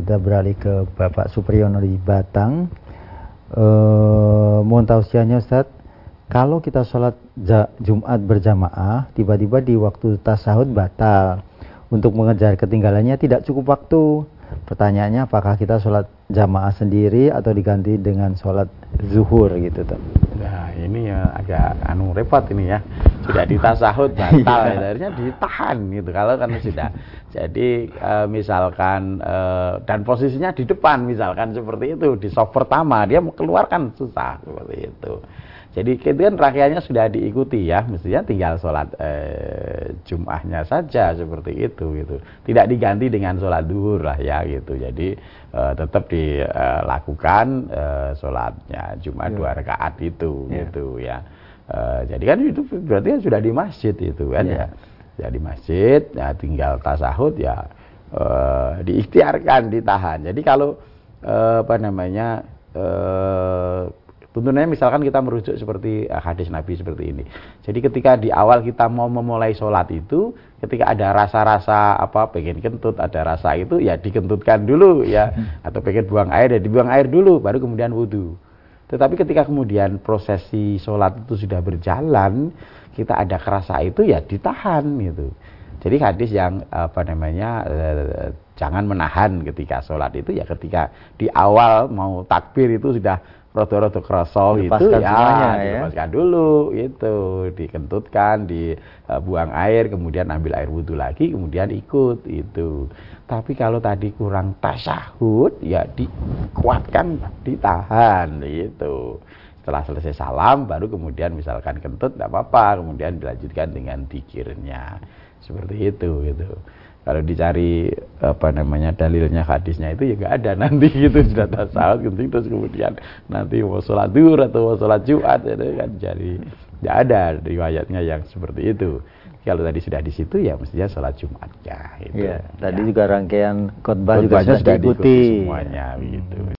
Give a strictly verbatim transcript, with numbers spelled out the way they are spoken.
kita beralih ke Bapak Supriyono di Batang. E, mohon tausiahnya Ustaz, kalau kita sholat Jumat berjamaah, tiba-tiba di waktu tasahud batal, untuk mengejar ketinggalannya tidak cukup waktu. Pertanyaannya, apakah kita sholat jamaah sendiri atau diganti dengan sholat zuhur gitu tuh? Nah ini ya agak anu repot ini ya, sudah di tasahud batal, akhirnya ditahan gitu kalau kan sudah. Jadi e, misalkan e, dan posisinya di depan misalkan seperti itu, di saf pertama dia mau keluar kan susah seperti itu. Jadi kan rakaatnya sudah diikuti ya, mestinya tinggal sholat eh, Jum'ahnya saja seperti itu gitu. Tidak diganti dengan sholat duhur lah ya gitu. Jadi eh, tetap dilakukan eh, sholatnya Jum'ah dua rakaat itu yeah. gitu ya. Eh, jadi kan itu berarti kan sudah di masjid itu kan yeah. ya. Ya di masjid, ya tinggal tasahud ya eh, diikhtiarkan, ditahan. Jadi kalau eh, apa namanya eh, tuntunannya misalkan kita merujuk seperti hadis Nabi seperti ini. Jadi ketika di awal kita mau memulai sholat itu, ketika ada rasa-rasa apa pengen kentut, ada rasa itu ya dikentutkan dulu ya, atau pengen buang air ya dibuang air dulu, baru kemudian wudhu. Tetapi ketika kemudian prosesi sholat itu sudah berjalan, kita ada kerasa itu ya ditahan gitu. Jadi hadis yang apa namanya eh, jangan menahan ketika sholat itu ya ketika di awal mau takbir itu sudah rodo-rodo kerasa itu ya, ya dilepaskan dulu itu, dikentutkan, dibuang air, kemudian ambil air wudhu lagi, kemudian ikut itu. Tapi kalau tadi kurang tasyahud ya dikuatkan, ditahan itu. Setelah selesai salam baru kemudian misalkan kentut tidak apa-apa, kemudian dilanjutkan dengan dzikirnya. Seperti itu gitu. Kalau dicari apa namanya dalilnya hadisnya itu ya nggak ada nanti gitu, sudah tasawuf gitu terus kemudian nanti mau sholat duhur atau mau sholat Jumat itu kan jadi nggak ada riwayatnya yang seperti itu. Kalau tadi sudah di situ ya mestinya sholat Jumatnya. Gitu. Ya, tadi ya. Juga rangkaian khotbah juga sudah diikuti semuanya gitu.